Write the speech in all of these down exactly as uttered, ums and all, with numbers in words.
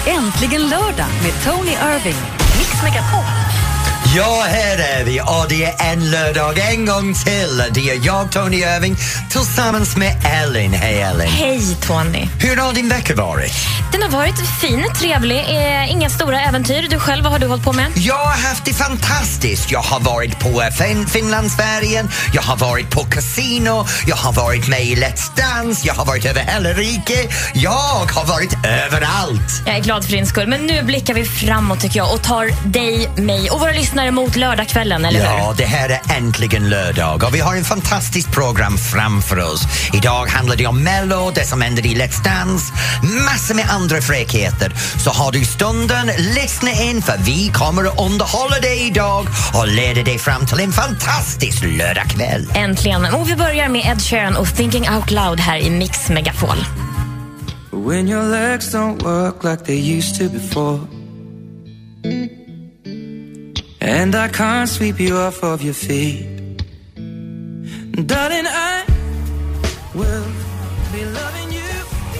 Äntligen lördag med Tony Irving. Mix Megapol. Ja, här är vi och det är en lördag en gång till. Det är jag, Tony Irving, tillsammans med Ellen. Hej Ellen. Hej Tony. Hur har din vecka varit? Den har varit fin, trevlig, eh, inga stora äventyr. Du själv, vad har du hållit på med? Jag har haft det fantastiskt. Jag har varit på fin- Finlandsfärgen, jag har varit på casino, jag har varit med i Let's Dance, jag har varit över hela riket, jag har varit överallt. Jag är glad för din skull, men nu blickar vi framåt tycker jag och tar dig, mig och våra lyssnare mot lördagskvällen, eller hur? Ja, det här är äntligen lördag och vi har en fantastisk program framför oss. Idag handlar det om Mello, det som händer i Let's Dance, massor med andra fräckheter. Så har du stunden, lyssna in för vi kommer att underhålla dig idag och leda dig fram till en fantastisk lördagkväll. Äntligen. Och vi börjar med Ed Sheeran och Thinking Out Loud här i Mix Megapol. When your legs don't work like they used to before, and I can't sweep you off of your feet, darling, I will be loving you.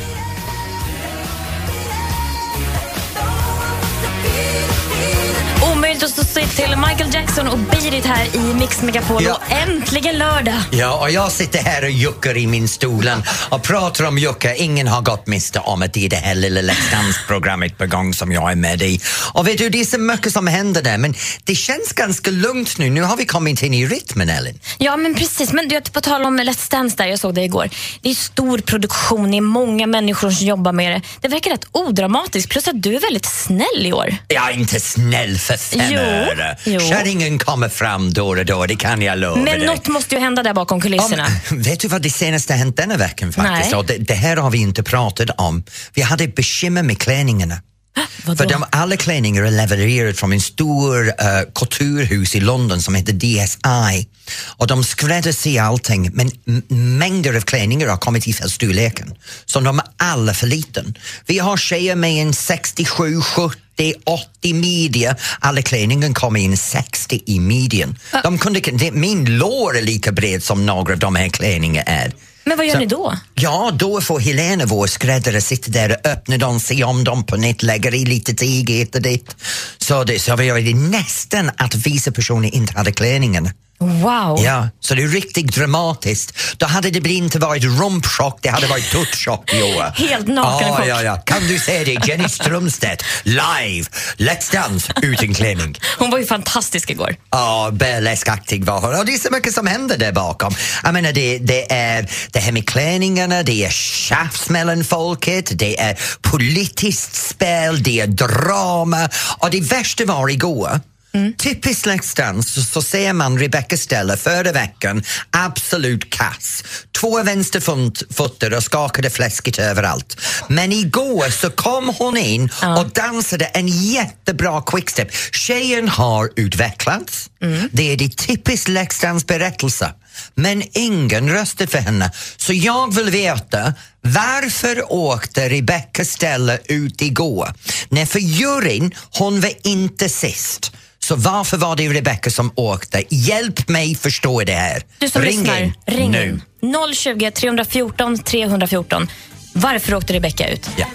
Omöjligt att stå still till Michael Jackson och Beat It här i Mix Megapol. Ja. Och äntligen lördag. Ja, och jag sitter här och juckar i min stolen och pratar om juckar. Ingen har gått miste om att det är det här lilla Let's Dance-programmet på gång som jag är med i. Och vet du, det är så mycket som händer där, men det känns ganska lugnt nu. Nu har vi kommit in i rytmen, Ellen. Ja, men precis. Men du vet, på tal om Let's Dance där, jag såg det igår. Det är stor produktion, det är många människor som jobbar med det. Det verkar rätt odramatiskt, plus att du är väldigt snäll i år. Jag är inte snäll för fem Jo, öre. jo. Kärringen kommer fram då och då, det kan jag lova Men dig. något måste ju hända där bakom kulisserna. Om, vet du vad det senaste hänt denna veckan faktiskt? Nej. Och det, det här har vi inte pratat om. Vi hade bekymmer med klänningarna. Vadå? För de, alla klänningar är levererade från en stor uh, kulturhus i London som heter D S I. Och de skräddarsyr allting, men m- mängder av klänningar har kommit i fel storleken. Så de är alla för liten. Vi har tjejer med en sextiosju, sjuttio, åttio media. Alla klänningar kommer in sextio i midjan. De kunde, det, min lår är lika bred som några av de här klänningarna är. Men vad gör Så, ni då? Ja, då får Helena, vår skräddare, sitta där och öppna dem, se om dem på nytt, lägger i lite tyg, äter det. Så det, så vi gör det nästan att vissa personer inte hade klänningen. Wow. Ja, så det är riktigt dramatiskt. Då hade det inte varit rumpchock, det hade varit tuttchock i år. Helt naken ja, chock. ja, ja. Kan du se det? Jenny Strömstedt, live, Let's Dance, utan klänning. Hon var ju fantastisk igår. Ja, burleskaktig var hon. Och det är så mycket som händer där bakom. Jag menar, det, det är det här med klänningarna, det är tjafs mellan folket, det är politiskt spel, det är drama. Och det värsta var igår. Mm. Typiskt Let's Dance så, så ser man Rebecca Stella förra veckan absolut kass. Två vänsterfötter och skakade fläsket överallt. Men igår så kom hon in ja. och dansade en jättebra quickstep. Tjejen har utvecklats. Mm. Det är det typiskt Let's Dance-berättelse. Men ingen röstade för henne. Så jag vill veta, varför åkte Rebecca Stella ut igår? Nej, för juryn, hon var inte sist. Så varför var det Rebecca som åkte? Hjälp mig förstå det här. Du som ring lyssnar, in. ring nu. noll tjugo, tre fjorton, tre fjorton. Varför åkte Rebecca ut? Ja.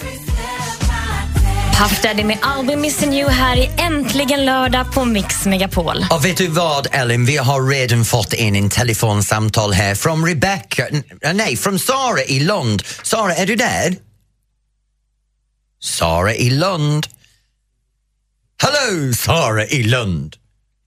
Puff Daddy med I'll be missing you här i äntligen lördag på Mix Megapol. Och vet du vad, Ellen? Vi har redan fått in en telefonsamtal här från Rebecca. Nej, från Sara i Lund. Sara, är du där? Sara i Lund. Hallå, Sara i Lund.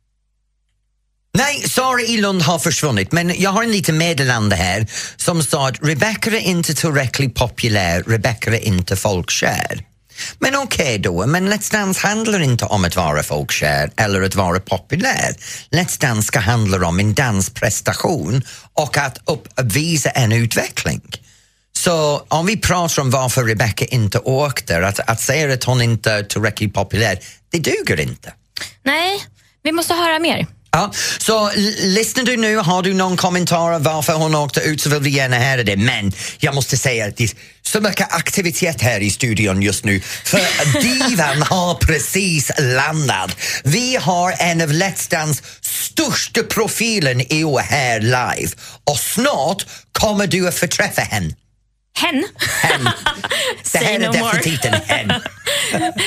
Nej, Sara i Lund har försvunnit, men jag har en liten meddelande här som sa att Rebecca är inte tillräckligt populär, Rebecca är inte folkkär. Men okej okay då, men Let's Dance handlar inte om att vara folkkär eller att vara populär. Let's Dance ska handla om en dansprestation och att uppvisa en utveckling. Så om vi pratar om varför Rebecca inte åkte, att, att säga att hon inte är tillräckligt populär, det duger inte. Nej, vi måste höra mer. Ja, så l- lyssnar du nu, har du någon kommentar varför hon åkte ut så vill vi gärna höra det. Men jag måste säga att det är så mycket aktivitet här i studion just nu. För divan har precis landat. Vi har en av Let's Dance största profilen i år här live. Och snart kommer du att förträffa henne. Hen? Hen. Det här är no definitivt en hen.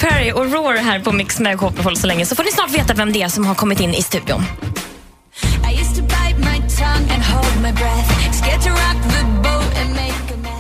Perry och Roar här på Mix Megapol så länge, så får ni snart veta vem det är som har kommit in i studion. I used to bite my tongue and hold my breath, scared to rock the boat and make a mess.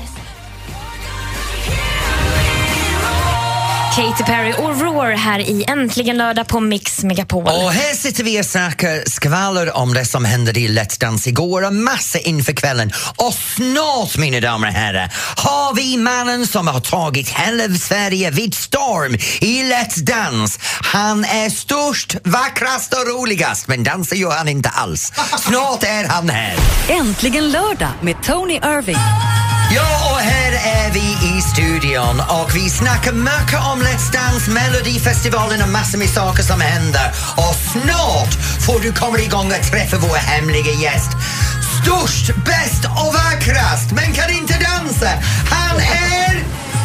Katy Perry och Roar här i Äntligen lördag på Mix Megapol. Och här sitter vi och snackar skvaller om det som hände i Let's Dance igår och massa inför kvällen. Och snart, mina damer och herrar, har vi mannen som har tagit hela Sverige vid storm i Let's Dance. Han är störst, vackrast och roligast, men dansar gör han inte alls. Snart är han här. Äntligen lördag med Tony Irving. Ja, och här är vi i studion och vi snackar mycket om Let's Dance, Melodifestivalen och massor med saker som händer. Och snart får du komma igång och träffa vår hemliga gäst. Störst, bäst och vackrast, men kan inte dansa. Han är...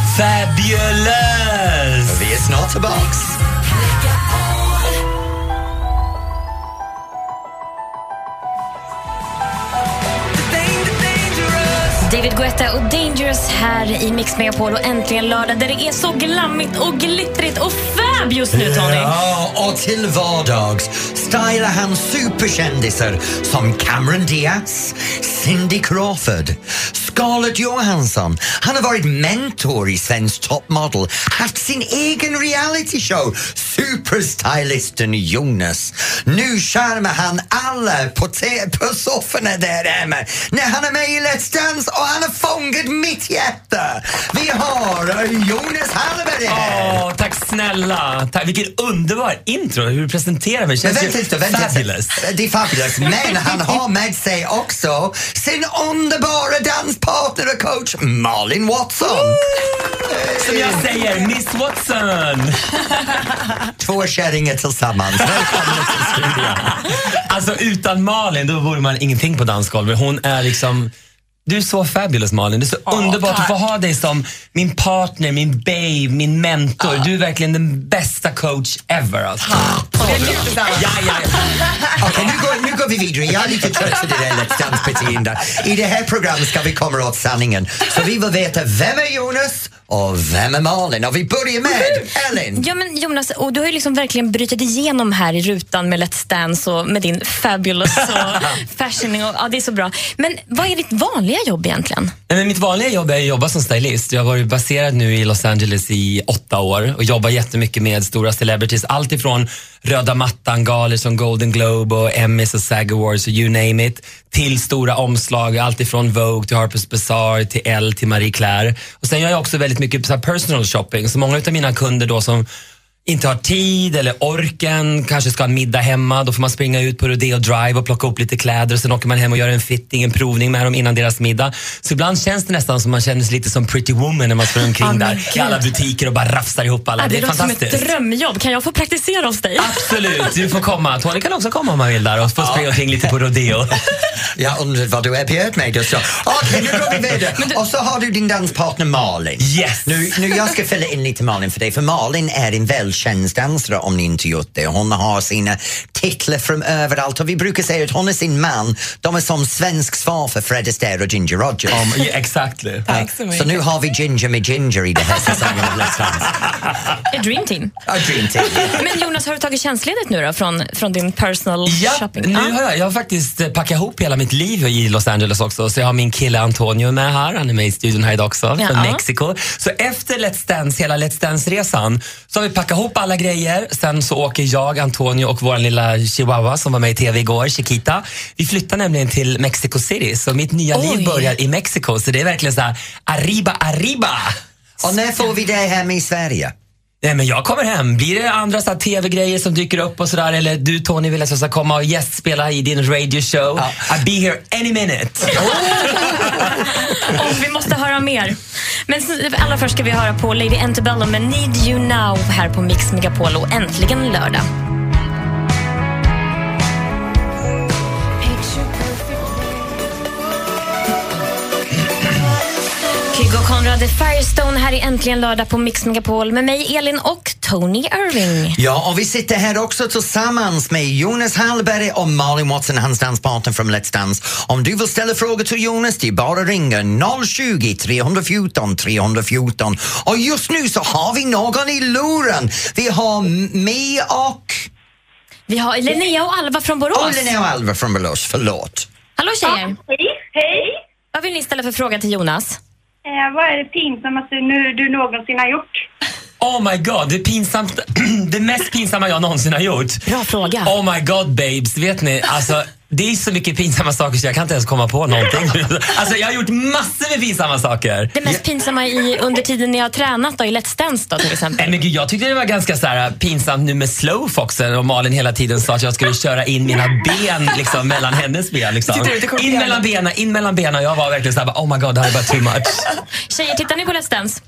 Fabulous! Vi är snart tillbaks. David Guetta och Dangerous här i Mix Megapol och Äntligen lördag där det är så glammigt och glittrigt och fab just nu, Tony. Ja, och till vardags stylar han superkändisar som Cameron Diaz, Cindy Crawford, Scarlett Johansson. Han har varit mentor i svensk toppmodel, haft sin egen reality show, superstylisten Jonas. Nu charmar han alla på, te- på sofforna där hemma när han är med i Let's Dance och han har fångat mitt hjärta. Vi har Jonas Hallberg här. Åh, tack snälla. Tack. Vilken underbar intro. Hur du presenterar mig. Känns Men vänta lite, vänta fabulous. Det är fabulous. Men han har med sig också sin underbara danspartner och coach Malin Watson. Som jag säger, Miss Watson. Två kärringar tillsammans. Välkommen till studion. Alltså utan Malin, då vore man ingenting på dansgolvet. Hon är liksom... Du är så fabulous, Malin. Det är så Åh, underbart tack. att få ha dig som min partner, min babe, min mentor. Du är verkligen den bästa coach ever. Alltså. Ja, ja, ja. Okej, nu, går, nu går vi vidare. Jag är lite trött för det där Let's Dance-beteende. I det här programmet ska vi komma åt sanningen. Så vi vill veta, vem är Jonas och vem är Malin? Och vi börjar med Elin. Ja, men Jonas, och du har ju liksom verkligen brutit igenom här i rutan med Let's Dance och med din fabulous och fashioning och ja, det är så bra. Men vad är ditt vanliga jobb egentligen? Nej, men mitt vanliga jobb är att jobba som stylist. Jag har varit baserad nu i Los Angeles i åtta år och jobbar jättemycket med stora celebrities. Allt ifrån röda mattan, galor som Golden Globe och Emmys och SAG Awards och you name it, till stora omslag, allt ifrån Vogue till Harper's Bazaar till Elle till Marie Claire. Och sen gör jag också väldigt mycket så här personal shopping. Så många av mina kunder då som inte har tid eller orken, kanske ska ha en middag hemma, då får man springa ut på Rodeo Drive och plocka upp lite kläder och sen åker man hem och gör en fitting, en provning med dem innan deras middag. Så ibland känns det nästan som man känner sig lite som Pretty Woman när man står omkring Ah, där i alla butiker och bara rafsar ihop alla. Ja, det det är låter som fantastiskt. ett drömjobb. Kan jag få praktisera hos dig? Absolut, du får komma. Tony kan också komma om man vill där och få springa omkring lite på Rodeo. Jag undrar vad du erbjöd mig. Okej, okay, nu går vi vidare. Och så har du din danspartner Malin. Yes. Nu, nu jag ska fylla in lite Malin för dig, för Malin är en välkänd dansare om ni inte gjort det. Hon har sina titlar från överallt och vi brukar säga att hon är sin man. De är som svensk svar för Fred Astaire och Ginger Rogers. Um, yeah, exactly. Tack så mycket. Så nu har vi Ginger med Ginger i det här säsongen av Let's Dance. A dream team. A dream team. Men Jonas, har du tagit tjänstledigt nu då från, från din personal Ja, shopping? nu har jag, jag har faktiskt eh, packat ihop hela mitt liv i Los Angeles också. Så jag har min kille Antonio med här. Han är med i studion här idag också, Ja. från Mexiko. Så efter Let's Dance, hela Let's Dance-resan, så har vi packat ihop alla grejer. Sen så åker jag, Antonio och vår lilla chihuahua som var med i tv igår, Chiquita. Vi flyttar nämligen till Mexico City. Så mitt nya Oj. liv börjar i Mexiko. Så det är verkligen så här, arriba, arriba! Och när får vi dig hem i Sverige? Nej, men jag kommer hem. Blir det andra så här tv-grejer som dyker upp och sådär, eller du Tony vill att jag ska komma och gästspela i din radio show? Ja. I'll be here any minute. Och vi måste höra mer. Men så, allra först ska vi höra på Lady Antebellum med Need You Now här på Mix Megapol och Äntligen lördag. Kygo Konrad Firestone här i Äntligen lördag på Mix Megapol med mig Elin och Tony Irving. Ja, och vi sitter här också tillsammans med Jonas Hallberg och Malin Watson, hans danspartner från Let's Dance. Om du vill ställa frågor till Jonas, det är bara ringa noll tjugo, tre fjorton, tre fjorton. Och just nu så har vi någon i luren. Vi har mig och... Vi har Linnea och Alva från Borås. Och Linnea och Alva från Borås, förlåt. Hallå tjejer. Hej, hej. Vad vill ni ställa för fråga till Jonas? Eh, vad är det pinsammaste nu du någonsin har gjort? Oh my god, det är pinsamt. Det mest pinsamma jag någonsin har gjort. Bra fråga. Oh my god babes, vet ni, alltså det är så mycket pinsamma saker så jag kan inte ens komma på någonting. Alltså jag har gjort massor med pinsamma saker. Det mest pinsamma i, under tiden ni har tränat då, i Let's Dance då till exempel? Men gud, jag tyckte det var ganska så här pinsamt nu med slowfoxen och Malin hela tiden sa att jag skulle köra in mina ben liksom mellan hennes ben liksom. In mellan benen, in mellan benen. Jag var verkligen så här, oh my god, det här är bara too much. Tjejer, tittar ni på Let's Dance?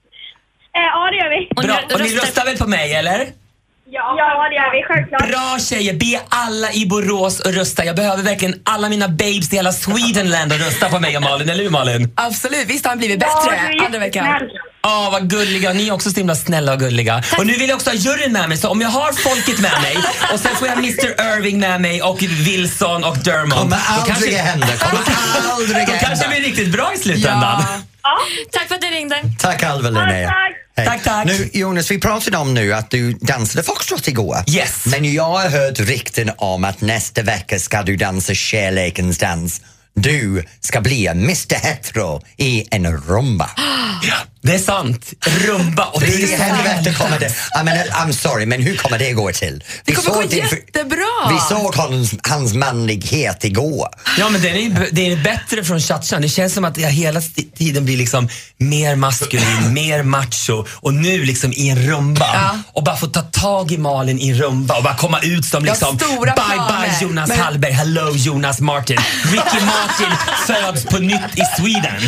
Eh, ja, det gör vi. Och Bra, ni och ni röstar- röstar väl på mig eller? Ja, ja, det gör vi, självklart. Bra tjejer, be alla i Borås att rösta. Jag behöver verkligen alla mina babes i hela Swedenland att rösta på mig och Malin, eller hur Malin? Absolut, visst har han blivit Ja, bättre du är andra veckan. jättesnäll. Åh, vad gulliga. Ni är också så himla snälla och gulliga. Och nu vill jag också ha juryn med mig, så om jag har folket med mig och sen får jag mister Irving med mig och Wilson och Dermot. Kommer då aldrig kanske, hända, kommer aldrig då kanske det hända. blir riktigt bra i slutändan. Ja. Ja, Tack för att du ringde. Tack Alva, Linnea. tack. Hej. Tack, tack. Nu, Jonas, vi pratade om nu att du dansade foxtrot igår. Yes. Men jag har hört rykten om att nästa vecka ska du dansa kärlekens dans. Du ska bli mister Hetero i en rumba. Ja, det är sant. Rumba och det Hur i är helvete kommer det... I mean, I'm sorry, men hur kommer det gå till? Det kommer gå din- jättebra. Vi såg hans, hans manlighet igår. Ja, men det är, ju- det är bättre från Chatchan. Det känns som att jag hela sti- tiden blir liksom mer maskulin, mer macho och nu liksom i en rumba. Ja. Och bara få ta tag i Malin i rumba och bara komma ut som Jag har liksom stora bye planer. bye Jonas Men- Hallberg, hello Jonas Martin. Ricky Martin föds på nytt i Sweden.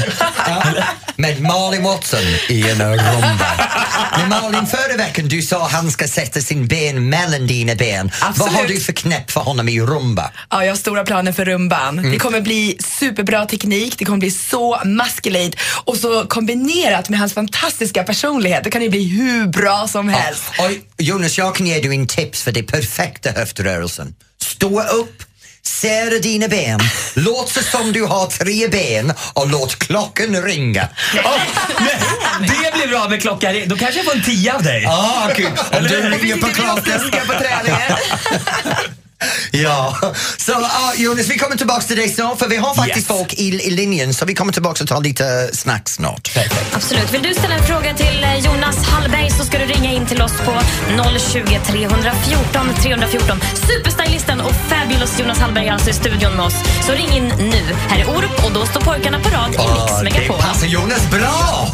Med Malin Watson i en rumba. Men Malin, förra veckan du sa att han ska sätta sin ben mellan dina ben. Absolut. Vad har du för knäpp för honom i rumba? Ja, jag har stora planer för rumban. Mm. Det kommer bli superbra teknik, det kommer bli så maskulint och så kombinerat med hans fantastiska personlighet. Det kan ju bli hur bra som helst. Och Jonas, jag kan ge dig en tips för det perfekta höftrörelsen. Stå upp, sära dina ben, låt så som du har tre ben och låt klockan ringa. Oh, nej, det blir bra med klockan. Då kanske jag får en tia av dig. Ah, gud. Om du Och vi ringer på sitter och klockan. snuskar på träningen. Ja, så uh, Jonas, vi kommer tillbaka till dig snart för vi har faktiskt Yes. folk i, i linjen så vi kommer tillbaka och ta lite snack snart. Absolut. Vill du ställa en fråga till eh, Jonas Hallberg så ska du ringa in till oss på noll tjugo, tre fjorton, tre fjorton. Superstylisten och fabulous Jonas Hallberg är alltså i studion med oss. Så ring in nu. Här är Orup och då står pojkarna på rad i Ah, Mix det Megapol. passar Jonas bra!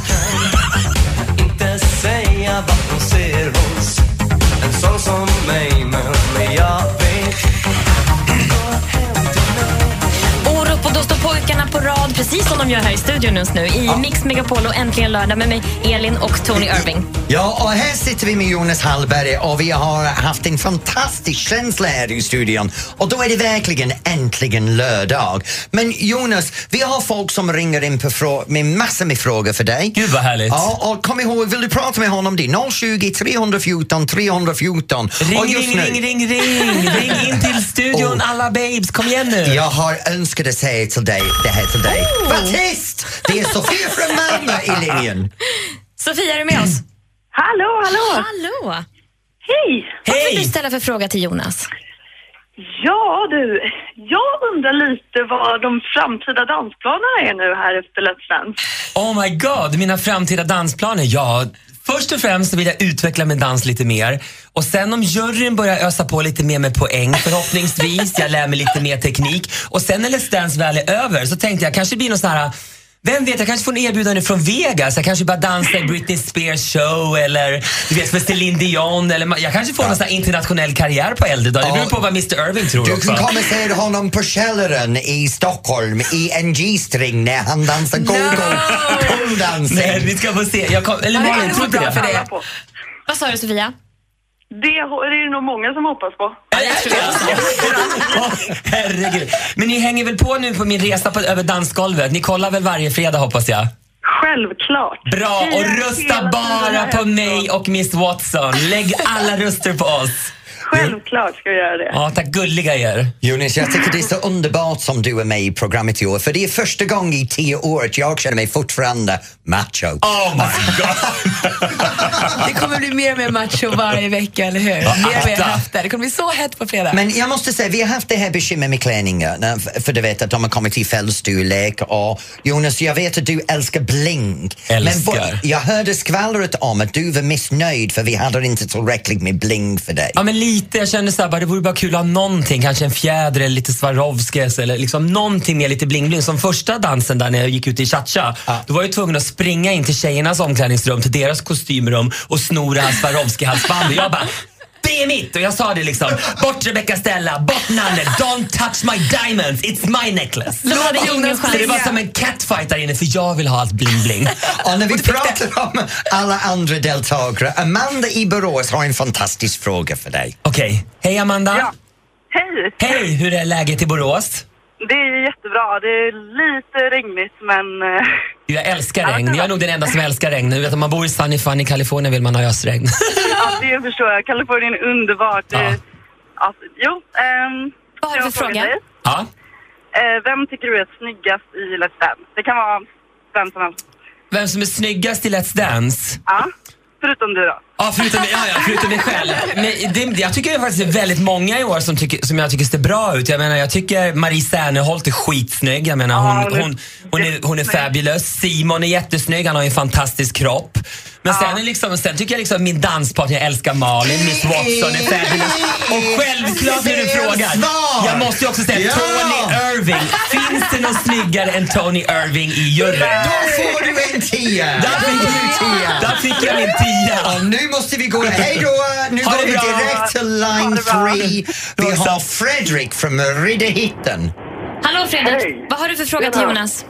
Inte säga vad hon ser hos en sån som mig, men jag vet. Orup och då står pojkarna på rad precis som de gör här i studion just nu i Mix Megapol och Äntligen lördag med mig Elin och Tony Irving. Ja, och här sitter vi med Jonas Hallberg och vi har haft en fantastisk känsla här i studion och då är det verkligen äntligen lördag. Men Jonas, vi har folk som ringer in på frå- med massor med frågor för dig. Gud vad härligt. Ja, och kom ihåg, vill du prata med honom? Det är noll tjugo, tre fjorton, tre fjorton. Ring, Och just ring, nu- ring, ring, ring. Ring in till studion, Oh. alla babes. Kom igen nu. Jag har önskat att säga till dig, det här till dig. Oh. Vad tyst! Det är Sofia från Malmö i linjen. Sofia, är du med oss? Hallå, hallå. Hallå! Hej. Vad vill Hej! du ställa för fråga till Jonas? Ja, du. Jag undrar lite vad de framtida dansplanerna är nu här efter Let's Dance. Oh my god, mina framtida dansplaner. Ja, först och främst så vill jag utveckla min dans lite mer. Och sen om juryn börjar ösa på lite mer med poäng förhoppningsvis, jag lär mig lite mer teknik. Och sen när Let's Dance väl är över så tänkte jag kanske det blir någon sån här... Vem vet, jag kanske får en erbjudande från Vegas. Jag kanske bara dansar i Britney Spears show eller du vet med Celine Dion eller ma- jag kanske får någon sån här internationell karriär på äldre dag. Det beror på vad mister Irving tror Du också. kan komma och se honom på källaren i Stockholm i en G-string när han dansar go-go-dancing. Nej, vi ska få se. Jag kom, eller Ja, det Malin, kan tror gå inte bra det? för det. Alla på. Vad sa du, Sofia? Det är det nog många som hoppas på. Åh, herregud. Men ni hänger väl på nu på min resa på, över dansgolvet? Ni kollar väl varje fredag hoppas jag? Självklart. Bra, och rösta bara på mig och Miss Watson. Lägg alla röster på oss. Självklart ska vi göra det. Ja, tack gulliga er. Jonas, jag tycker det är så underbart som du är med i programmet i år. För det är första gången i tio år att jag känner mig fortfarande macho. Oh my god! Det kommer bli mer och mer macho varje vecka, eller hur? Mer och mer efter. Det kommer bli så hett på fredag. Men jag måste säga, vi har haft det här bekymmer med klänningar. För du vet att de har kommit i fällstorlek. Och Jonas, jag vet att du älskar bling. Älskar. Men jag hörde skvallret om att du var missnöjd för vi hade inte tillräckligt med bling för dig. Ja, men lite. Jag kände så här, bara, det vore bara kul att ha någonting. Kanske en fjäder eller lite Swarovskis eller liksom någonting med lite bling-bling. Som första dansen där när jag gick ut i cha-cha. Ah. Då var jag tvungen att springa in till tjejernas omklädningsrum, till deras kostymrum och snora Swarovski-halsband. Och jag bara... Det är mitt! Och jag sa det liksom, bort Rebecca Stella, bort Nalle, don't touch my diamonds, it's my necklace. Så hade ingen så det var som en catfight där inne, för jag vill ha allt bling-bling. Och när vi pratar om alla andra deltagare, Amanda i Borås har en fantastisk fråga för dig. Okej, okay. Hej Amanda. Ja. Hej. Hej, hur är läget i Borås? Det är jättebra, det är lite regnigt men... Jag älskar regn, jag är nog den enda som älskar regn. Du vet, om man bor i Sunny Fun i Kalifornien vill man ha ösregn. Ja, det förstår jag. Kalifornien är underbart. Ja. Alltså, jo, ähm, vad har du för fråga? Ja. Äh, vem tycker du är snyggast i Let's Dance? Det kan vara vem som helst. Vem som är snyggast i Let's Dance? Ja, förutom du då. Ja, förutom, ja, ja, förutom mig själv. Men det, jag tycker faktiskt det är väldigt många i år som, tycker, som jag tycker ser bra ut. Jag menar, jag tycker Marie Serneholt är skitsnygg. Jag menar, hon, hon, hon, hon, är, hon är fabulous. Simon är jättesnygg, han har en fantastisk kropp. Men sen, är liksom, sen tycker jag liksom min danspartner, jag älskar Malin, Miss Watson är fabulous. Och självklart när du frågar, jag måste ju också säga ja. Tony Irving. Finns det någon snyggare än Tony Irving i juryn? Då får du en tia. Där fick, där fick jag min tia. Och nu måste vi gå. Hej då. Nu går vi direkt till line three. Vi har Fredrik från Riddarhyttan. Hallå Fredrik, Hej. Vad har du för fråga till Jonas?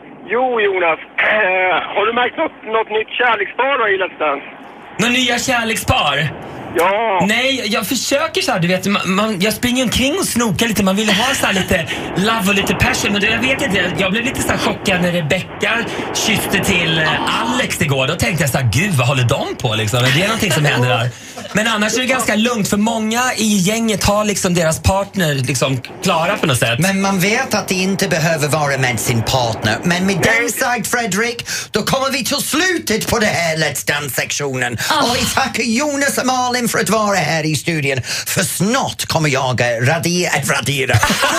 Jo Jonas, eh, har du märkt något, något nytt kärlekspar då i Let's Dance? Några nya kärlekspar? Ja. Nej, jag försöker så här, du vet, man, man, jag springer omkring och snokar lite, man vill ha så här lite love och lite passion, men jag vet inte, jag blev lite så här chockad när Rebecca kysste till eh, Alex igår. Då tänkte jag så här, gud vad håller de på liksom? Det är någonting som händer där. Men annars är det ganska lugnt, för många i gänget har liksom deras partner liksom klara på något sätt. Men man vet att det inte behöver vara med sin partner. Men med den sagt, Fredrik, då kommer vi till slutet på det här Let's Dance-sektionen. Oh. Och vi tackar Jonas och Malin för att vara här i studion. För snart kommer jag radera, radera.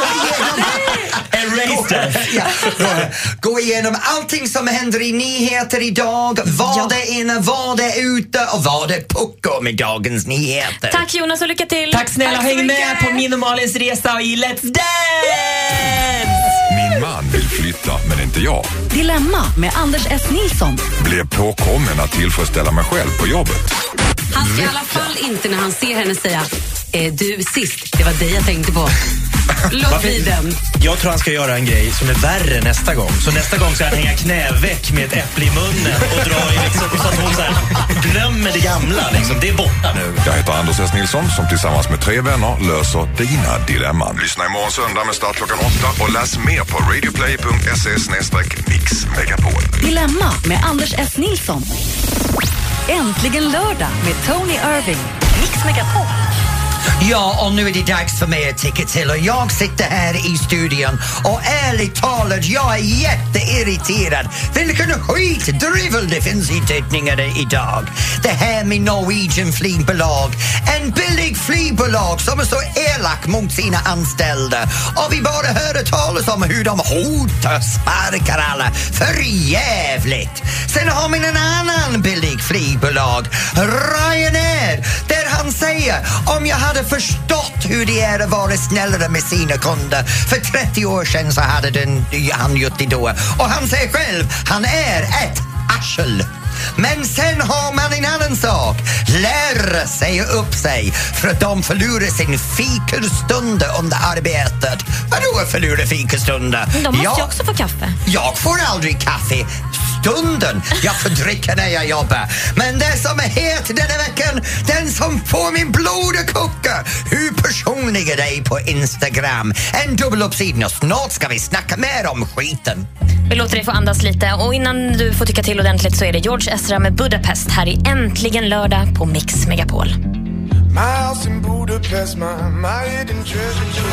Erase ja, gå igenom allting som händer i nyheter idag. Vad ja. det är inne, vad det är ute och vad det puckar med dagens nyheter. Tack Jonas och lycka till. Tack snälla, Tack häng med på min och Malins resa i Let's Dance! Min man vill flytta, men inte jag. Dilemma med Anders S. Nilsson. Blev påkommen att tillfredsställa mig själv på jobbet. Han ska i alla fall inte när han ser henne säga eh, du sist, det var dig jag tänkte på. Låt vid den. Jag tror han ska göra en grej som är värre nästa gång. Så nästa gång ska han hänga knäveck med ett äpple i munnen och dra i liksom, så att hon så här, glömmer det gamla liksom. Det är borta nu. Jag heter Anders S. Nilsson som tillsammans med tre vänner löser dina dilemman. Lyssna imorgon söndag med start klockan åtta och läs mer på radioplay punkt se slash mix megapol. Dilemma med Anders S. Nilsson. Äntligen lördag med Tony Irving. Mix Megapol. Ja, och nu är det dags för mig att tycka till och jag sitter här i studion och ärligt talat, jag är jätteirriterad. Vilken skitdrivel det finns i tidningarna idag. Det här med Norwegian flygbolag. En billig flygbolag som är så elak mot sina anställda. Och vi bara hörde talas om hur de hotar sparkar alla. För jävligt. Sen har vi en annan billig flygbolag, Ryanair, där han säger om jag hade förstått hur det är att vara snällare med sina kunder. För trettio år sedan så hade den, han gjort det då. Och han säger själv, han är ett arsel. Men sen har man en annan sak. Lär sig upp sig för att de förlorar sin fikastund under arbetet. Vadå förlorar fikastund? De måste jag, ju också få kaffe. Jag får aldrig kaffe. stunden jag får dricka när jag jobbar. Men det som är het denna veckan, den som får min blod att koka. Hur personlig är dig på Instagram? En dubbeluppsidning och snart ska vi snacka mer om skiten. Vi låter dig få andas lite och innan du får tycka till ordentligt så är det George Ezra med Budapest här i Äntligen lördag på Mix Megapol. My house in Budapest, my, my hidden treasure.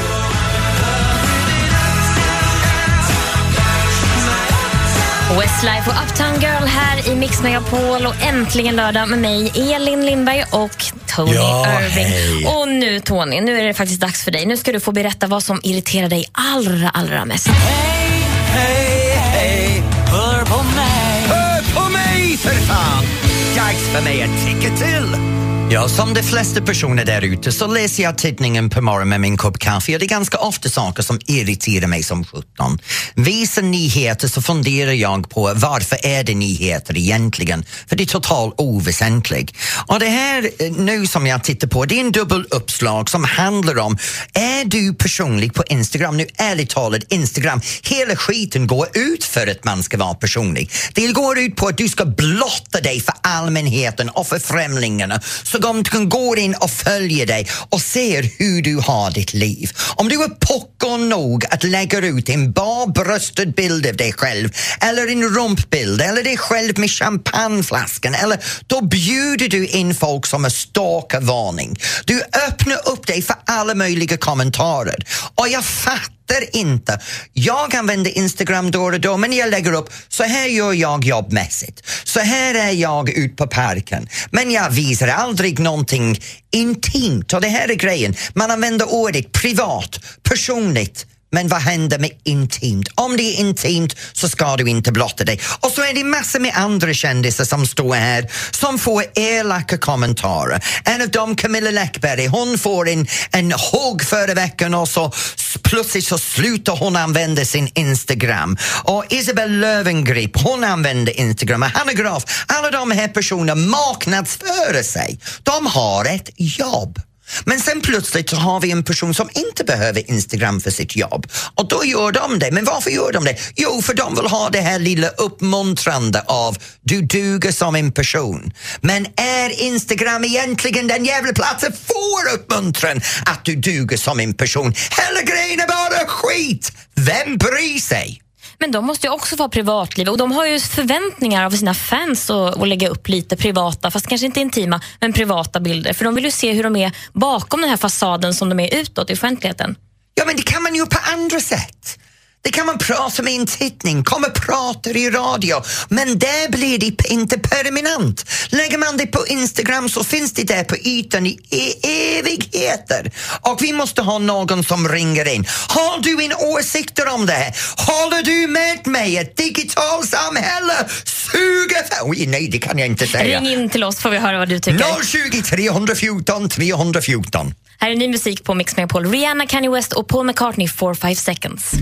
Westlife och Uptown Girl här i Mix Megapol och Äntligen lördag med mig, Elin Lindberg och Tony ja, Irving. Hej. Och nu Tony, nu är det faktiskt dags för dig. Nu ska du få berätta vad som irriterar dig allra, allra mest. Hej, hej, hej, hör på mig. Hör på mig för fan! Dags för mig att tycka till. Ja, som de flesta personer där ute så läser jag tidningen på morgonen med min kopp kaffe och det är ganska ofta saker som irriterar mig som sjutton. Vissa nyheter så funderar jag på varför är det nyheter egentligen? För det är totalt oväsentligt. Och det här nu som jag tittar på, det är en dubbeluppslag som handlar om, är du personlig på Instagram? Nu ärligt talat, Instagram, hela skiten går ut för att man ska vara personlig. Det går ut på att du ska blotta dig för allmänheten och för främlingarna. Så de kan gå in och följa dig och se hur du har ditt liv. Om du är puckad nog att lägga ut en barbröstad bild av dig själv eller en rumpbild eller dig själv med champagneflaskan, eller då bjuder du in folk som är stalkervarning. Du öppnar upp dig för alla möjliga kommentarer. Och jag fattar inte. Jag använder Instagram då och då, men jag lägger upp, så här gör jag jobbmässigt. Så här är jag ut på parken. Men jag visar aldrig någonting intimt. Och det här är grejen. Man använder ordet privat, personligt. Men vad händer med intimt? Om det är intimt så ska du inte blotta dig. Och så är det massor med andra kändisar som står här som får elaka kommentarer. En av dem, Camilla Läckberg, hon får en, en hugg förra veckan och så plötsligt så slutar hon använda sin Instagram. Och Isabel Löwengrip, hon använder Instagram. Hanna Graf, alla de här personerna marknadsför sig. De har ett jobb. Men sen plötsligt så har vi en person som inte behöver Instagram för sitt jobb. Och då gör de det. Men varför gör de det? Jo, för de vill ha det här lilla uppmuntrande av du duger som en person. Men är Instagram egentligen den jävla platsen för uppmuntran att du duger som en person? Hela grejen är bara skit! Vem bryr sig? Men de måste ju också få privatliv och de har ju förväntningar av sina fans att, att lägga upp lite privata, fast kanske inte intima, men privata bilder. För de vill ju se hur de är bakom den här fasaden som de är utåt i offentligheten. Ja, men det kan man ju på andra sätt. Det kan man prata med en tittning, komma pratar i radio, men där blir det inte permanent. Lägger man det på Instagram så finns det där på ytan i e- evigheter. Och vi måste ha någon som ringer in. Har du en åsikter om det här? Håller du med mig? Ett digitalt samhälle suger för... Oj, nej, det kan jag inte säga. Ring in till oss får vi höra vad du tycker. noll tjugo, tre fjorton, tre fjorton. Här är ny musik på Mix Megapol. Rihanna, Kanye West och Paul McCartney, four five seconds.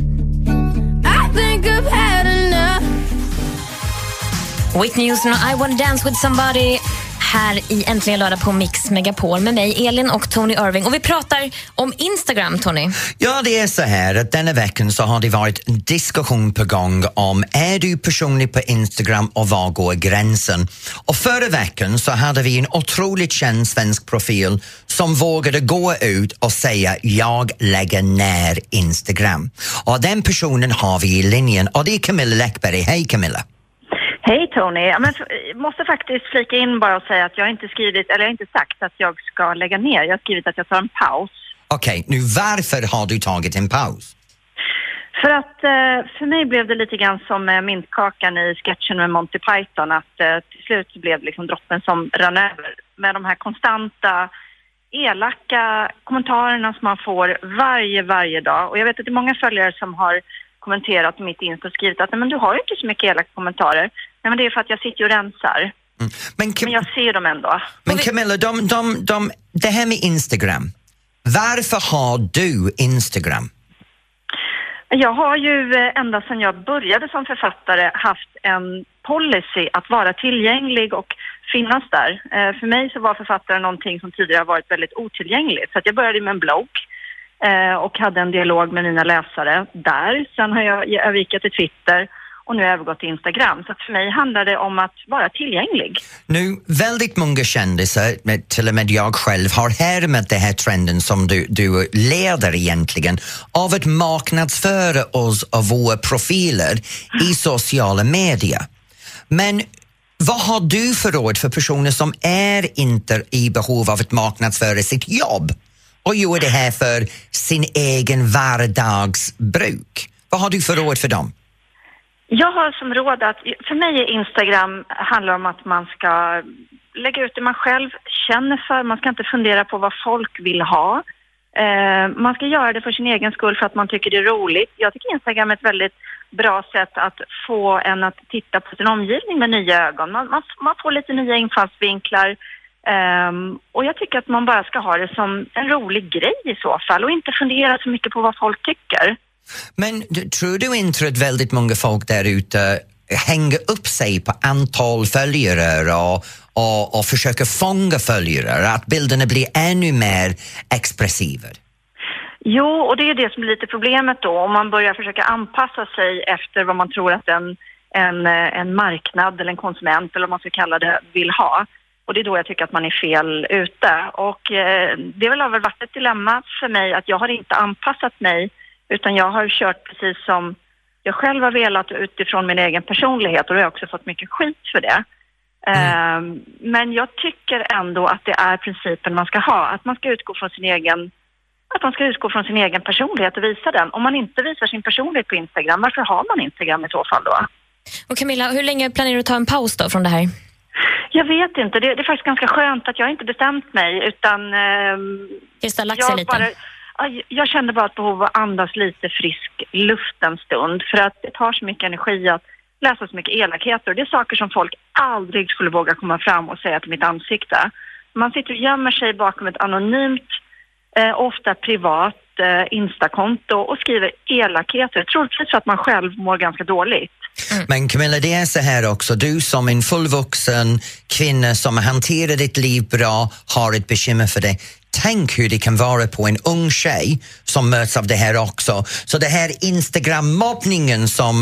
Whitney Houston och I wanna dance with somebody här i Äntligen lördag på Mix Megapol med mig, Elin och Tony Irving. Och vi pratar om Instagram, Tony. Ja, det är så här att denna veckan så har det varit en diskussion på gång om är du personlig på Instagram och var går gränsen? Och förra veckan så hade vi en otroligt känd svensk profil som vågade gå ut och säga jag lägger ner Instagram. Och den personen har vi i linjen och det är Camilla Läckberg. Hej Camilla. Hej Tony, jag måste faktiskt flika in bara och säga att jag har inte skrivit, eller jag har inte sagt att jag ska lägga ner. Jag har skrivit att jag tar en paus. Okej, okay, nu varför har du tagit en paus? För att för mig blev det lite grann som mintkakan i sketchen med Monty Python, att till slut blev liksom droppen som rann över med de här konstanta elaka kommentarerna som man får varje, varje dag. Och jag vet att det är många följare som har kommenterat mitt Insta och skrivit att nej, men du har ju inte så mycket elaka kommentarer. Nej, men det är för att jag sitter och rensar. Mm. Men, Cam- men jag ser dem ändå. Men Camilla, de, de, de, det här med Instagram. Varför har du Instagram? Jag har ju ända sedan jag började som författare haft en policy att vara tillgänglig och finnas där. För mig så var författaren någonting som tidigare har varit väldigt otillgängligt. Så att jag började med en blogg och hade en dialog med mina läsare där. Sen har jag övergått till Twitter och nu har jag övergått till Instagram. Så att för mig handlar det om att vara tillgänglig. Nu, väldigt många kändisar, till och med jag själv, har härmat den här trenden som du, du leder egentligen av att marknadsföra oss och våra profiler i sociala medier. Men vad har du för råd för personer som är inte i behov av att marknadsföra sitt jobb och gör det här för sin egen vardagsbruk? Vad har du för råd för dem? Jag har som råd att, för mig är Instagram handlar om att man ska lägga ut det man själv känner för. Man ska inte fundera på vad folk vill ha. Eh, man ska göra det för sin egen skull för att man tycker det är roligt. Jag tycker Instagram är ett väldigt bra sätt att få en att titta på sin omgivning med nya ögon. Man, man, man får lite nya infallsvinklar. Um, och jag tycker att man bara ska ha det som en rolig grej i så fall och inte fundera så mycket på vad folk tycker. Men tror du inte att väldigt många folk där ute hänger upp sig på antal följare och, och, och försöker fånga följare, att bilderna blir ännu mer expressiva? Jo, och det är det som är lite problemet då. Om man börjar försöka anpassa sig efter vad man tror att en, en, en marknad eller en konsument eller vad man ska kalla det vill ha. Och det är då jag tycker att man är fel ute. Och eh, det har väl varit ett dilemma för mig att jag har inte anpassat mig utan jag har kört precis som jag själv har velat utifrån min egen personlighet och jag har också fått mycket skit för det. Mm. Eh, men jag tycker ändå att det är principen man ska ha. Att man ska utgå från sin egen att man ska utgå från sin egen personlighet och visa den. Om man inte visar sin personlighet på Instagram, varför har man Instagram i så fall då? Och Camilla, hur länge planerar du att ta en paus då från det här? Jag vet inte. Det, det är faktiskt ganska skönt att jag inte bestämt mig utan... Eh, Just det, lagt sig lite. Bara, jag kände bara ett behov att andas lite frisk luft en stund för att det tar så mycket energi att läsa så mycket elakheter. Och det är saker som folk aldrig skulle våga komma fram och säga till mitt ansikte. Man sitter och gömmer sig bakom ett anonymt, eh, ofta privat eh, Instakonto och skriver elakheter. Troligtvis för att man själv mår ganska dåligt. Mm. Men Camilla, det är så här också, du som en fullvuxen kvinna som hanterar ditt liv bra har ett bekymmer för det. Tänk hur det kan vara på en ung tjej som möts av det här också. Så det här Instagram-mobbningen som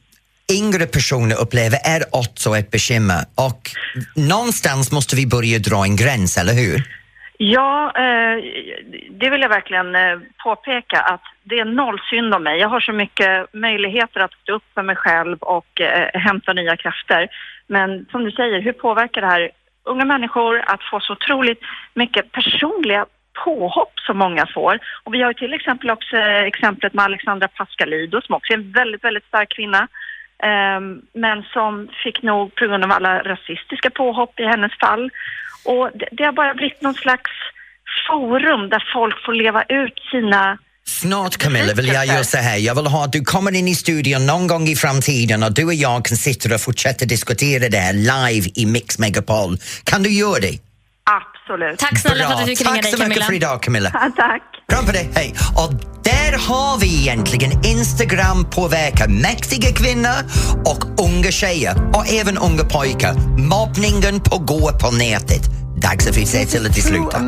yngre personer upplever är också ett bekymmer. Och någonstans måste vi börja dra en gräns, eller hur? Ja, eh, det vill jag verkligen eh, påpeka att det är noll synd om mig. Jag har så mycket möjligheter att stå upp för mig själv och eh, hämta nya krafter. Men som du säger, hur påverkar det här unga människor att få så otroligt mycket personliga påhopp som många får? Och vi har ju till exempel också exemplet med Alexandra Pascalidou som också är en väldigt, väldigt stark kvinna. Eh, men som fick nog på grund av alla rasistiska påhopp i hennes fall. Och det, det har bara blivit någon slags forum där folk får leva ut sina... Snart, Camilla, vill jag göra så här. Jag vill ha att du kommer in i studion någon gång i framtiden och du och jag kan sitta och fortsätta diskutera det här live i Mix Megapol. Kan du göra det? Absolut. Tack snälla för att du fick ringa dig, Camilla. Tack så mycket för idag, Camilla. Ja, tack. Bra på dig, hej. Och där har vi egentligen Instagram påverkar mäktiga kvinnor och unga tjejer och även unga pojkar. Mobbningen pågår på nätet. Dags att vi säger till att det slutar.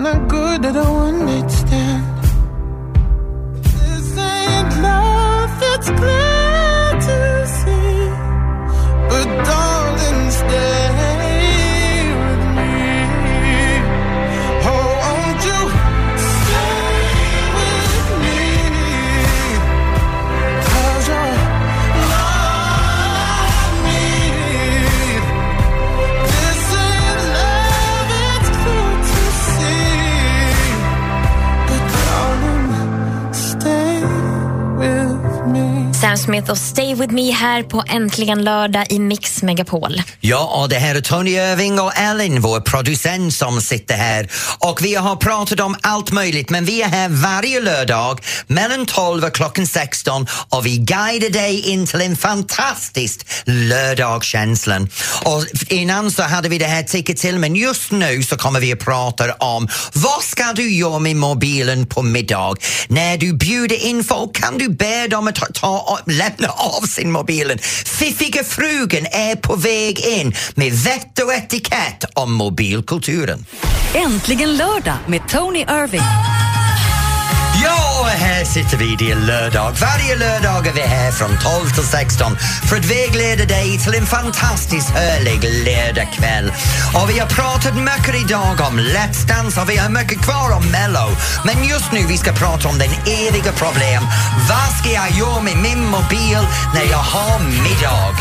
Sam Smith och Stay With Me här på Äntligen lördag i Mix Megapol. Ja, och det här är Tony Irving och Ellen, vår producent, som sitter här. Och vi har pratat om allt möjligt, men vi är här varje lördag mellan tolv och klockan sexton och vi guidar dig in till en fantastisk lördagskänslan. Och innan så hade vi det här ticket till, men just nu så kommer vi att prata om vad ska du göra med mobilen på middag? När du bjuder in folk kan du be dem att ta, ta lämna av sin mobilen. Fiffiga frugan är på väg in med vett och etikett om mobilkulturen. Äntligen lördag med Tony Irving. Ja, här sitter vi, det är lördag. Varje lördag är vi här från tolv till sexton för att vägleda dig till en fantastiskt härlig lördagkväll. Och vi har pratat mycket idag om Let's Dance och vi har mycket kvar om Mello. Men just nu vi ska prata om den eviga problem. Vad ska jag göra med min mobil när jag har middag?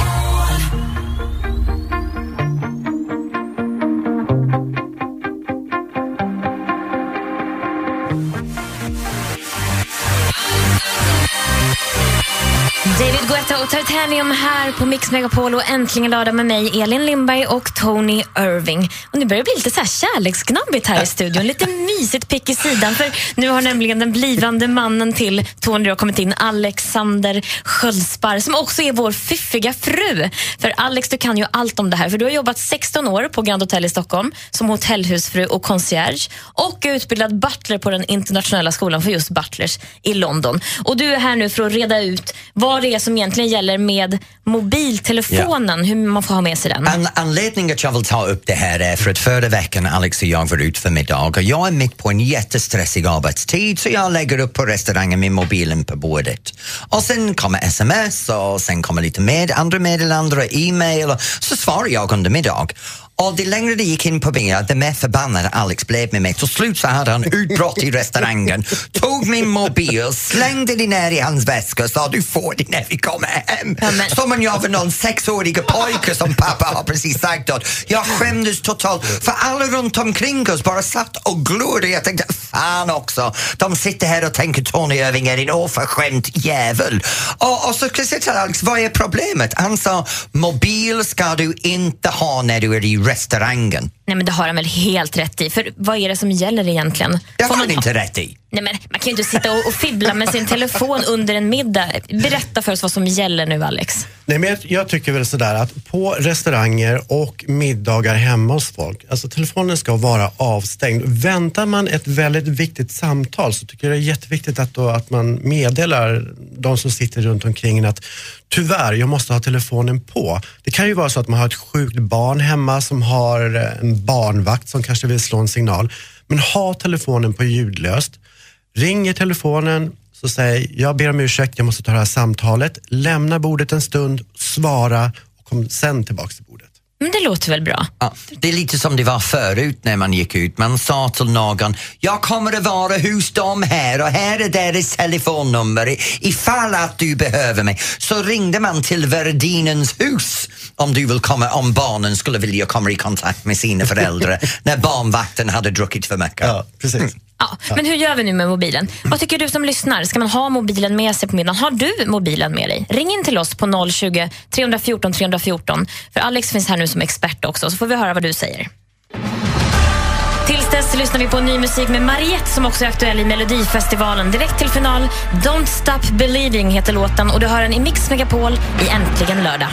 David Guetta och Titanium här på Mix Megapol och äntligen lördag med mig, Elin Lindberg och Tony Irving. Och nu börjar det bli lite så här kärleksgnabbigt här i studion. Lite mysigt pick i sidan, för nu har nämligen den blivande mannen till Tony har kommit in, Alexander Sköldsparr, som också är vår fiffiga fru. För Alex, du kan ju allt om det här, för du har jobbat sexton år på Grand Hotel i Stockholm som hotellhusfru och concierge och är utbildad butler på den internationella skolan för just butlers i London. Och du är här nu för att reda ut vad det är som egentligen gäller med mobiltelefonen, ja. Hur man får ha med sig den. An- anledningen att jag vill ta upp det här är för att förra veckan Alex och jag var ut för middag och jag är mitt på en jättestressig arbetstid så jag lägger upp på restaurangen med mobilen på bordet. Och sen kommer sms och sen kommer lite med andra meddelanden och e-mail och så svarar jag under middag. Och det längre det gick in på mig, det mer förbannade Alex blev med mig. Till slut så hade han utbrott i restaurangen, tog min mobil, slängde den ner i hans väska och sa du får det när vi kommer hem. Ja, men... Som om jag var någon sexårig pojke som pappa har precis sagt åt. Jag skämdes totalt för alla runt omkring oss bara satt och glodde. Jag tänkte, fan också, de sitter här och tänker Tony Irving är en oförskämt jävel. Och, och så ska jag säga till Alex, vad är problemet? Han sa, mobil ska du inte ha när du är i restaurangen. Nej, men det har han väl helt rätt i. För vad är det som gäller egentligen? Det har man han inte rätt i. Nej, men man kan ju inte sitta och, och fibbla med sin telefon under en middag. Berätta för oss vad som gäller nu, Alex. Nej, men jag, jag tycker väl sådär att på restauranger och middagar hemma hos folk, alltså telefonen ska vara avstängd. Väntar man ett väldigt viktigt samtal så tycker jag det är jätteviktigt att, då, att man meddelar de som sitter runt omkring att tyvärr, jag måste ha telefonen på. Det kan ju vara så att man har ett sjukt barn hemma som har en barnvakt som kanske vill slå en signal. Men ha telefonen på ljudlöst. Ringer telefonen så säg, jag ber om ursäkt, jag måste ta det här samtalet. Lämna bordet en stund, svara och kom sen tillbaka till bordet. Men det låter väl bra? Ja, det är lite som det var förut när man gick ut. Man sa till någon, jag kommer att vara hos dem här och här är deras telefonnummer. Ifall att du behöver mig. Så ringde man till värdinens hus om du vill komma, om barnen skulle vilja komma i kontakt med sina föräldrar när barnvakten hade druckit för mycket. Ja, precis. Mm. Ja, men hur gör vi nu med mobilen? Vad tycker du som lyssnar? Ska man ha mobilen med sig på middagen? Har du mobilen med dig? Ring in till oss på noll tjugo, tre fjorton, tre fjorton. För Alex finns här nu som expert också, så får vi höra vad du säger. Tills dess lyssnar vi på ny musik med Mariette som också är aktuell i Melodifestivalen. Direkt till final, Don't Stop Believing heter låten och du hör den i Mix Megapol i Äntligen lördag.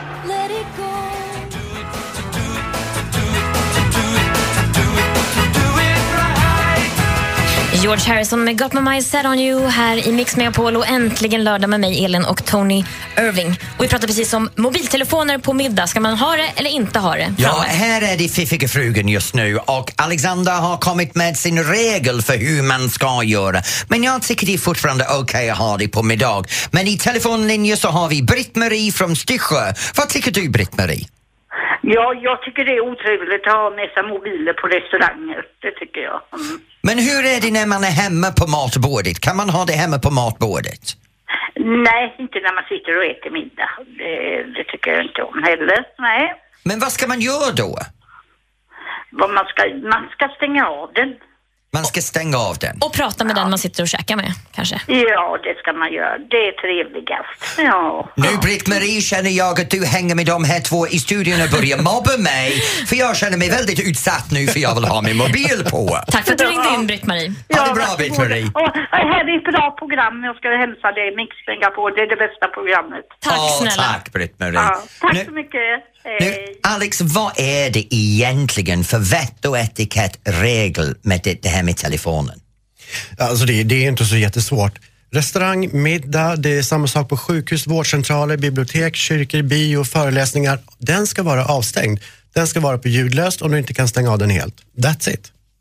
George Harrison med Got My Mind Set On You här i Mix Megapol och äntligen lördag med mig, Elin och Tony Irving. Och vi pratar precis om mobiltelefoner på middag. Ska man ha det eller inte ha det? Ja, här är det fiffiga frugan just nu och Alexander har kommit med sin regel för hur man ska göra. Men jag tycker det är fortfarande okej okay att ha det på middag. Men i telefonlinjen så har vi Britt-Marie från Styrsjö. Vad tycker du, Britt-Marie? Ja, jag tycker det är otrevligt att ha med sig mobiler på restauranger. Det tycker jag. Mm. Men hur är det när man är hemma på matbordet? Kan man ha det hemma på matbordet? Nej, inte när man sitter och äter middag. Det, det tycker jag inte om heller. Nej. Men vad ska man göra då? Vad man ska, man ska stänga av den. Man ska stänga av den. Och prata med ja. den man sitter och käkar med, kanske? Ja, det ska man göra. Det är trevligast. Ja. Nu, Britt-Marie, känner jag att du hänger med de här två i studion och börjar mobba mig. För jag känner mig väldigt utsatt nu för jag vill ha min mobil på. Tack för att du ringde in, Britt-Marie. Ja, ha det bra, Britt-Marie. Och här är ett bra program. Jag ska hälsa dig, Mix Megapol. Det är det bästa programmet. Tack oh, snälla. Tack, Britt-Marie. Ja, tack nu, så mycket. Nu, Alex, vad är det egentligen för vett och etikettregel med det, det här med telefonen? Alltså det, det är inte så jättesvårt. Restaurang, middag, det är samma sak på sjukhus, vårdcentraler, bibliotek, kyrkor, bio, föreläsningar. Den ska vara avstängd. Den ska vara på ljudlöst om du inte kan stänga av den helt. That's it.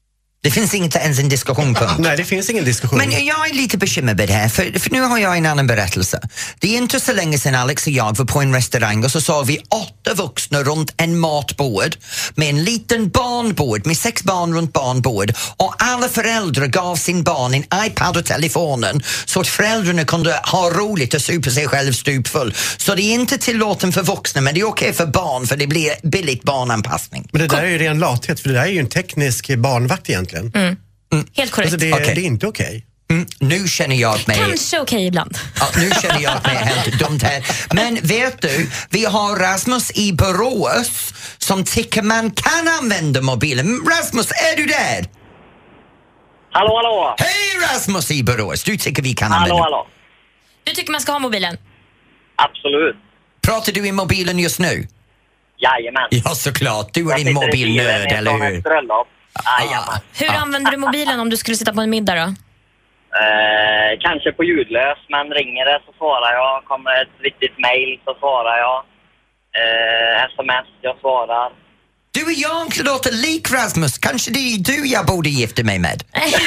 Det finns inte ens en diskussionpunkt. Nej, det finns ingen diskussion. Men jag är lite bekymrad med det här, för, för nu har jag en annan berättelse. Det är inte så länge sedan Alex och jag var på en restaurang och så såg vi åtta vuxna runt en matbord med en liten barnbord med sex barn runt barnbord, och alla föräldrar gav sin barn en iPad och telefonen så att föräldrarna kunde ha roligt och supa sig själv stupfull. Så det är inte tillåten för vuxna, men det är okej för barn, för det blir billigt barnanpassning. Men det där är ju ren lathet, för det där är ju en teknisk barnvakt egentligen. Mm. Mm. Helt korrekt. Alltså det, okay. det är inte okej. Okay. Mm, nu känner jag mig... Kanske okej okay ibland. Ja, nu känner jag mig helt dumt här. Men vet du, vi har Rasmus i Borås som tycker man kan använda mobilen. Rasmus, är du där? Hallå, hallå. Hej Rasmus i Borås, du tycker vi kan hallå, använda... Hallå, Du tycker man ska ha mobilen? Absolut. Pratar du i mobilen just nu? Jajamän. Ja, såklart. Du är en mobilnöd, eller hur? Ah. Hur ah. använder du mobilen om du skulle sitta på en middag då? Eh, kanske på ljudlös, men ringer det så svarar jag. Kommer ett viktigt mejl så svarar jag. Eh, sms, jag svarar. Du och jag låter lik Rasmus. Kanske det är du jag borde gifta mig med.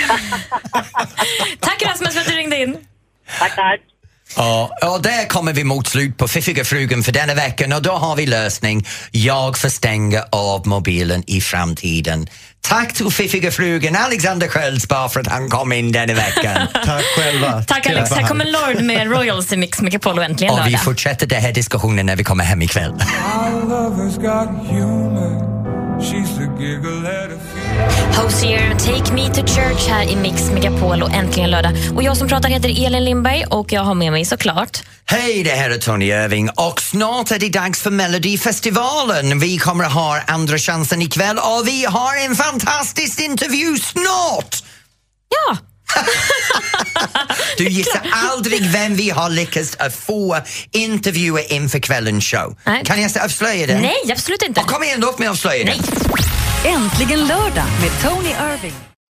Tack Rasmus för att du ringde in. Tack, tack. Ja, och där kommer vi mot slut på Fiffiga frugan för denna veckan, och då har vi lösning. Jag får stänga av mobilen i framtiden. Tack till Fiffiga frugan Alexander Sköldsbar för att han kom in denna veckan. Tack själva. Tack Alex. Här kommer Lord med Royals i Mix Megapol och äntligen och lördag. vi fortsätter den här diskussionen när vi kommer hem ikväll. Hosier, Take Me to Church här i Mix Megapol och äntligen lördag. Och jag som pratar heter Elin Lindberg och jag har med mig såklart... Hej, det här är Tony Irving och snart är det dags för Melodifestivalen. Vi kommer att ha andra chansen ikväll och vi har en fantastisk intervju snart! Ja! Du gissar aldrig vem vi har lyckats att få intervjua inför kvällens show. Nej. Kan jag avslöja det? Nej, absolut inte. Och kom igen, låt mig avslöja det. Äntligen lördag med Tony Irving.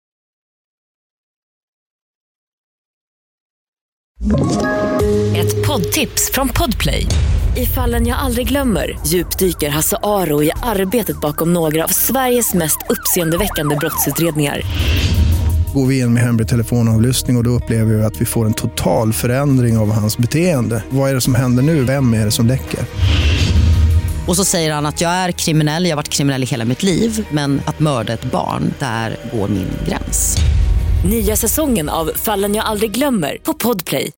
Ett poddtips från Podplay. I Fallen jag aldrig glömmer djupdyker Hasse Aro i arbetet bakom några av Sveriges mest uppseendeväckande brottsutredningar. Går vi in med hemlig telefonavlyssning och, och då upplever vi att vi får en total förändring av hans beteende. Vad är det som händer nu? Vem är det som läcker? Och så säger han att jag är kriminell, jag har varit kriminell i hela mitt liv, men att mörda ett barn, där går min gräns. Nya säsongen av Fallen jag aldrig glömmer på Podplay.